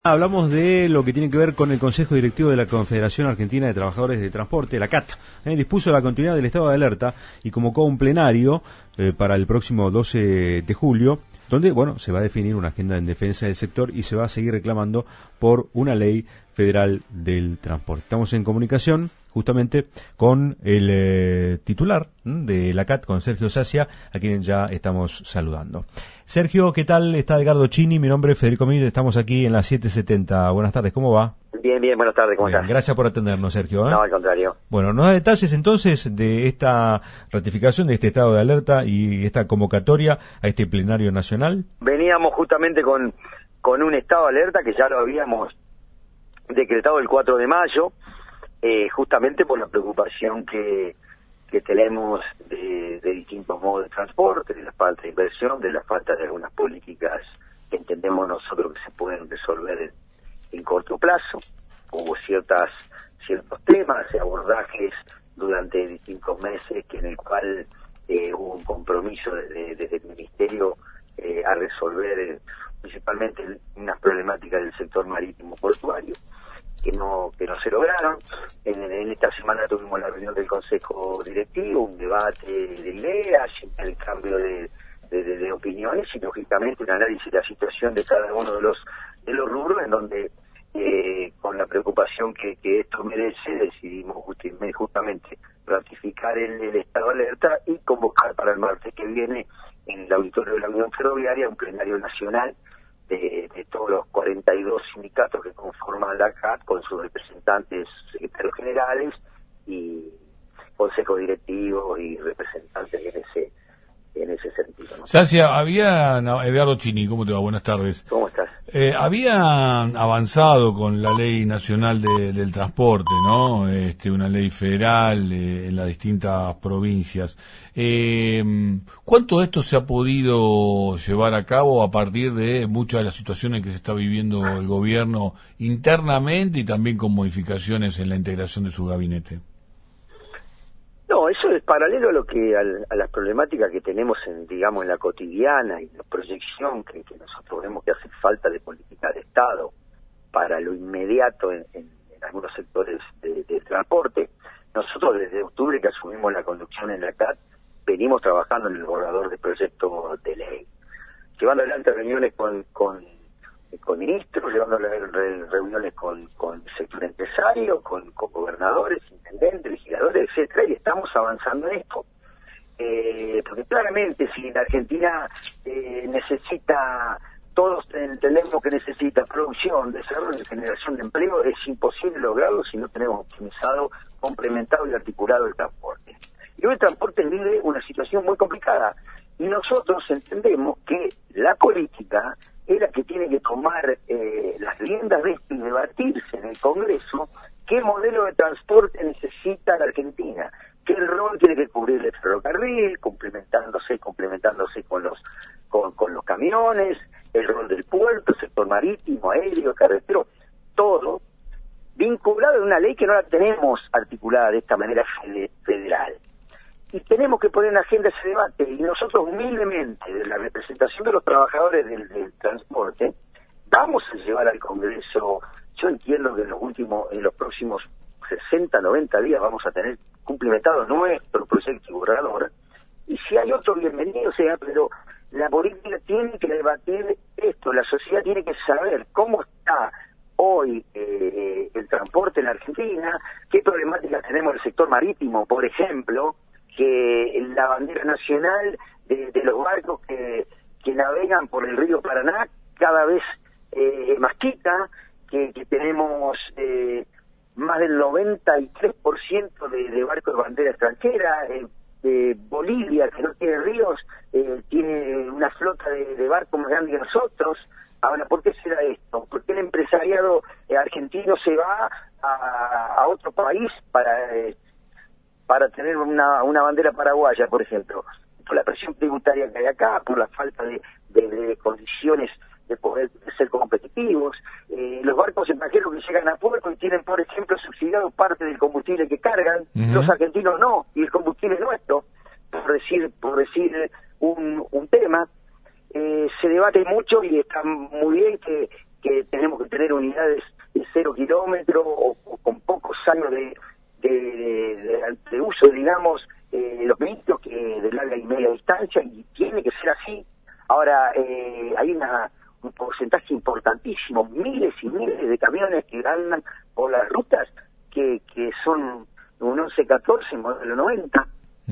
Hablamos de lo que tiene que ver con el Consejo Directivo de la Confederación Argentina de Trabajadores de Transporte, la CAT. Dispuso la continuidad del estado de alerta y convocó un plenario para el próximo 12 de julio, donde se va a definir una agenda en defensa del sector y se va a seguir reclamando por una ley federal del transporte. Estamos en comunicación justamente con el titular de la CAT, con Sergio Sacia, a quien ya estamos saludando. Sergio, ¿qué tal? Está Edgardo Chini, mi nombre es Federico Miller, estamos aquí en la 770. Buenas tardes, ¿cómo va? Bien, buenas tardes, ¿cómo estás? Gracias por atendernos, Sergio. No, al contrario. Bueno, nos da detalles entonces de esta ratificación, de este estado de alerta y esta convocatoria a este plenario nacional. Veníamos justamente con un estado de alerta que ya lo habíamos decretado el 4 de mayo, justamente por la preocupación que tenemos de distintos modos de transporte, de la falta de inversión, de la falta de algunas políticas que entendemos nosotros que se pueden resolver en corto plazo. Hubo ciertos temas y abordajes durante distintos meses en el cual hubo un compromiso desde el Ministerio a resolver principalmente unas problemáticas del sector marítimo portuario que no se lograron. En esta semana tuvimos la reunión del Consejo Directivo, un debate de ideas, el cambio de opiniones y lógicamente un análisis de la situación de cada uno de los rubros, en donde con la preocupación que esto merece decidimos justamente ratificar el estado de alerta y convocar para el martes que viene en el auditorio de la Unión Ferroviaria un plenario nacional de todos los 42 sindicatos que conforman la CAT, con sus representantes, secretarios generales y consejos directivos y representantes en ese sentido, ¿no? Sacia, Edgardo Chini, ¿cómo te va? Buenas tardes. ¿Cómo estás? Habían avanzado con la ley nacional del transporte, ¿no? Una ley federal en las distintas provincias. ¿Cuánto de esto se ha podido llevar a cabo a partir de muchas de las situaciones que se está viviendo el gobierno internamente y también con modificaciones en la integración de su gabinete? No, eso es paralelo a las problemáticas que tenemos en la cotidiana y la proyección que nosotros vemos que hace falta de política de Estado para lo inmediato en algunos sectores de transporte. Nosotros desde octubre que asumimos la conducción en la CAT venimos trabajando en el borrador de proyecto de ley, llevando adelante reuniones con ministros, llevando reuniones con el sector empresario, con gobernadores, intendentes, legisladores, etcétera, y estamos avanzando en esto. Porque claramente si la Argentina necesita, todos entendemos que necesita producción, desarrollo y generación de empleo, es imposible lograrlo si no tenemos optimizado, complementado y articulado el transporte. Y hoy el transporte vive una situación muy complicada y nosotros entendemos que la política es la que tiene que tomar las riendas de esto y debatirse en el Congreso qué modelo de transporte necesita la Argentina, qué rol tiene que cubrir el ferrocarril, complementándose con los camiones, el rol del puerto, sector marítimo, aéreo, carretero, todo vinculado en una ley que no la tenemos articulada de esta manera federal. Y tenemos que poner en agenda ese debate, y nosotros humildemente, de la representación de los trabajadores del transporte, vamos a llevar al Congreso. Yo entiendo que en los próximos 60, 90 días vamos a tener cumplimentado nuestro proyecto borrador, y si hay otro, bienvenido sea, pero la política tiene que debatir esto, la sociedad tiene que saber cómo está hoy el transporte en la Argentina, qué problemáticas tenemos en el sector marítimo, por ejemplo, que la bandera nacional de los barcos que navegan por el río Paraná cada vez más chica, que tenemos más del 93% de barcos de bandera extranjera. Bolivia, que no tiene ríos, tiene una flota de barcos más grande que nosotros. Ahora, ¿por qué será esto? ¿Por qué el empresariado argentino se va a otro país para tener una bandera paraguaya, por ejemplo? Por la presión tributaria que hay acá, por la falta de condiciones de poder ser competitivos. Los barcos extranjeros que llegan a puerto y tienen, por ejemplo, subsidiado parte del combustible que cargan, los argentinos no, y el combustible es nuestro, por decir un tema. Se debate mucho y está muy bien que que tenemos que tener unidades de 0 kilómetros o con pocos años de uso, digamos, los vehículos que de larga y media distancia, y tiene que ser así. Ahora, hay un porcentaje importantísimo, miles y miles de camiones que andan por las rutas que son un 1114 modelo 90,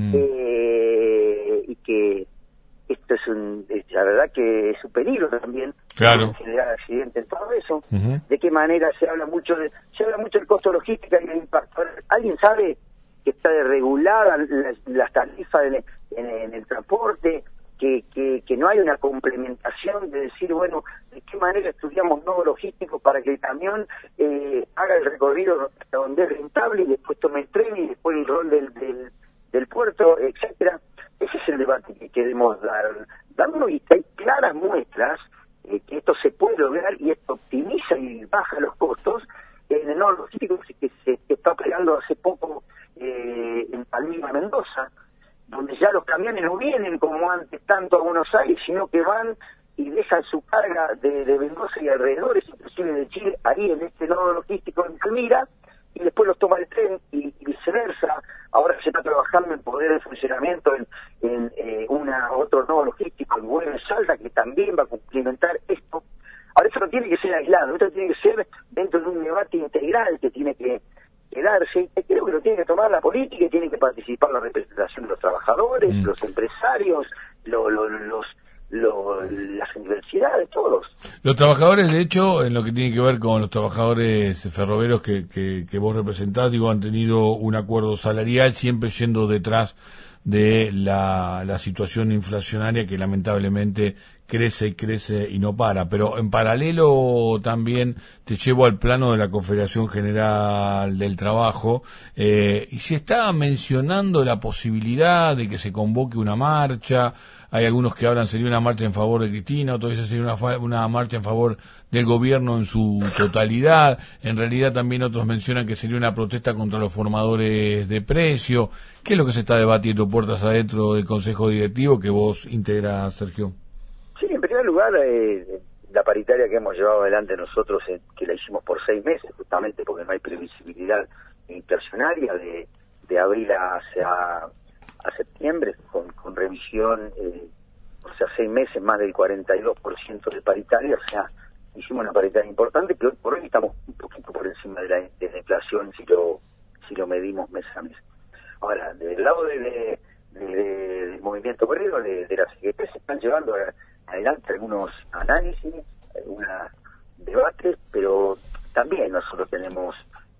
y que esto es la verdad que es un peligro también, claro, generar accidentes, todo eso. De qué manera se habla mucho del costo logístico y el impacto. ¿Alguien sabe que está desregulada las tarifas en el transporte? Que no hay una complementación de decir, bueno, de qué manera estudiamos nodos logísticos para que el camión haga el recorrido hasta donde es rentable y después tome el tren y después el rol del puerto, etcétera. Ese es el debate que queremos darnos, y hay claras muestras que esto se puede lograr, y esto optimiza y baja los costos en el nodo logístico que se está operando hace poco en Palmira, Mendoza, donde ya los camiones no vienen como antes tanto a Buenos Aires, sino que van y dejan su carga de Mendoza y alrededores, inclusive de Chile, ahí en este nodo logístico en Palmira, y después los toma el tren y viceversa. Ahora se está trabajando en poder de funcionamiento en otro nodo logístico, el vuelo de Salta, que también va a complementar esto. Ahora, esto no tiene que ser aislado, esto tiene que ser dentro de un debate integral que tiene que quedarse, y creo que lo tiene que tomar la política, y tiene que participar la representación de los trabajadores, los empresarios, las universidades, todos. Los trabajadores, de hecho, en lo que tiene que ver con los trabajadores ferroviarios que vos representás, digo, han tenido un acuerdo salarial, siempre yendo detrás de la situación inflacionaria que lamentablemente crece y crece y no para. Pero en paralelo también te llevo al plano de la Confederación General del Trabajo, y se está mencionando la posibilidad de que se convoque una marcha. Hay algunos que hablan sería una marcha en favor de Cristina, otros dicen sería una marcha en favor del gobierno en su totalidad. En realidad también otros mencionan que sería una protesta contra los formadores de precio. ¿Qué es lo que se está debatiendo puertas adentro del Consejo Directivo que vos integras, Sergio? Sí, en primer lugar, la paritaria que hemos llevado adelante nosotros, que la hicimos por 6 meses, justamente porque no hay previsibilidad inflacionaria, de abril a septiembre, con revisión, o sea, 6 meses, más del 42% de paritaria. O sea, hicimos una paritaria importante, que hoy por hoy estamos un poquito por encima de la inflación si lo medimos mes a mes. Ahora, del lado del movimiento obrero, de la CGT, se están llevando adelante algunos análisis, algunos debates, pero también nosotros tenemos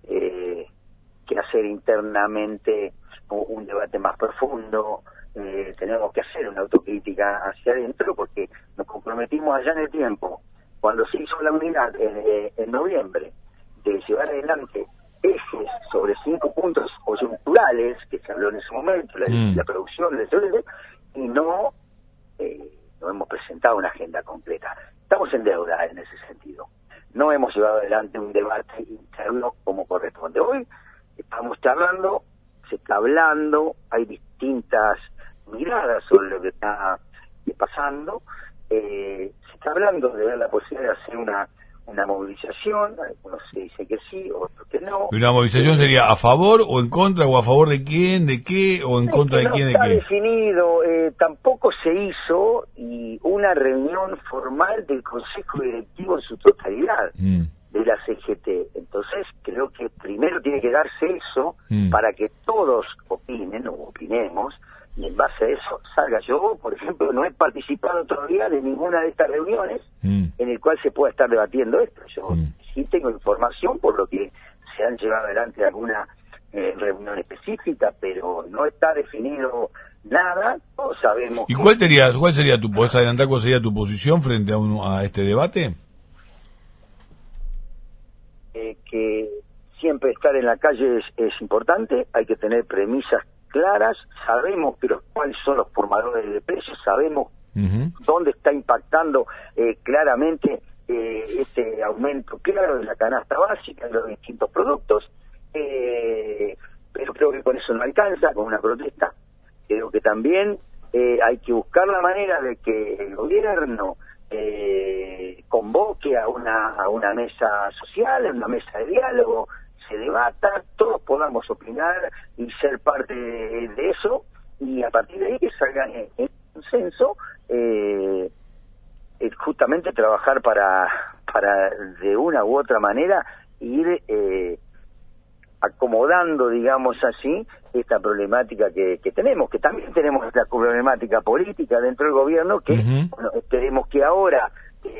que hacer internamente un debate más profundo. Tenemos que hacer una autocrítica hacia adentro, porque nos comprometimos allá en el tiempo, cuando se hizo la unidad en noviembre, de llevar adelante ejes sobre 5 puntos coyunturales que se habló en ese momento, la producción, y no hemos presentado una agenda completa. Estamos en deuda en ese sentido. No hemos llevado adelante un debate interno como corresponde. Hoy estamos charlando, se está hablando, hay distintas miradas sobre lo que está pasando. Se está hablando de ver la posibilidad de hacer una movilización. Algunos se dice que sí, otros que no. ¿Y una movilización sería a favor o en contra, o a favor de quién, de qué, o en contra de quién, de qué? No está definido, tampoco se hizo una reunión formal del Consejo Directivo en su totalidad de la CGT. Entonces creo que primero tiene que darse eso para que todos opinen o opinemos, y en base a eso salga. Yo, por ejemplo, no he participado todavía de ninguna de estas reuniones en el cual se pueda estar debatiendo esto. Yo sí tengo información por lo que se han llevado adelante alguna reunión específica, pero no está definido nada. Todos sabemos. ¿Y cuál sería tu, podés adelantar cuál sería tu posición frente a este debate? Que siempre estar en la calle es importante, hay que tener premisas claras, sabemos cuáles son los formadores de precios, sabemos dónde está impactando claramente este aumento claro de la canasta básica de los distintos productos, pero creo que con eso no alcanza, con una protesta. Creo que también hay que buscar la manera de que el gobierno convoque a una mesa social, a una mesa de diálogo, se debata, todos podamos opinar y ser parte de eso, y a partir de ahí que salgan en consenso, justamente trabajar para de una u otra manera ir acomodando, digamos así, esta problemática que tenemos, que también tenemos esta problemática política dentro del gobierno, que bueno, esperemos que ahora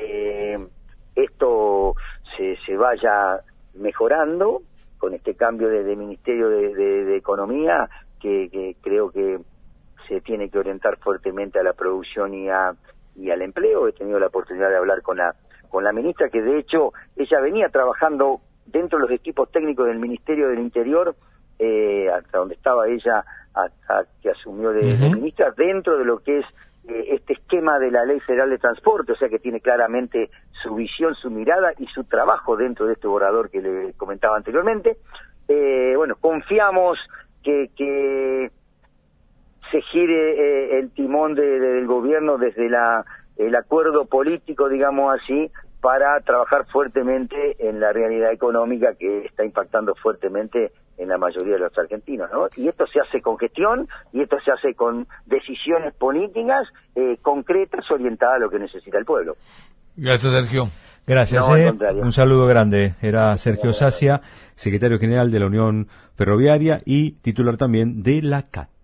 esto se vaya mejorando con este cambio de Ministerio de Economía, que creo que se tiene que orientar fuertemente a la producción y al empleo. He tenido la oportunidad de hablar con la ministra, que de hecho ella venía trabajando dentro de los equipos técnicos del Ministerio del Interior, hasta donde estaba ella, hasta que asumió de ministra, dentro de lo que es este esquema de la Ley Federal de Transporte, o sea que tiene claramente su visión, su mirada y su trabajo dentro de este borrador que le comentaba anteriormente. Bueno, confiamos que se gire el timón del gobierno desde el acuerdo político, digamos así, para trabajar fuertemente en la realidad económica que está impactando fuertemente en la mayoría de los argentinos, ¿no? Y esto se hace con gestión, y esto se hace con decisiones políticas concretas orientadas a lo que necesita el pueblo. Gracias, Sergio. Gracias, un saludo grande. Era Sergio Sacia, secretario general de la Unión Ferroviaria y titular también de la CAT.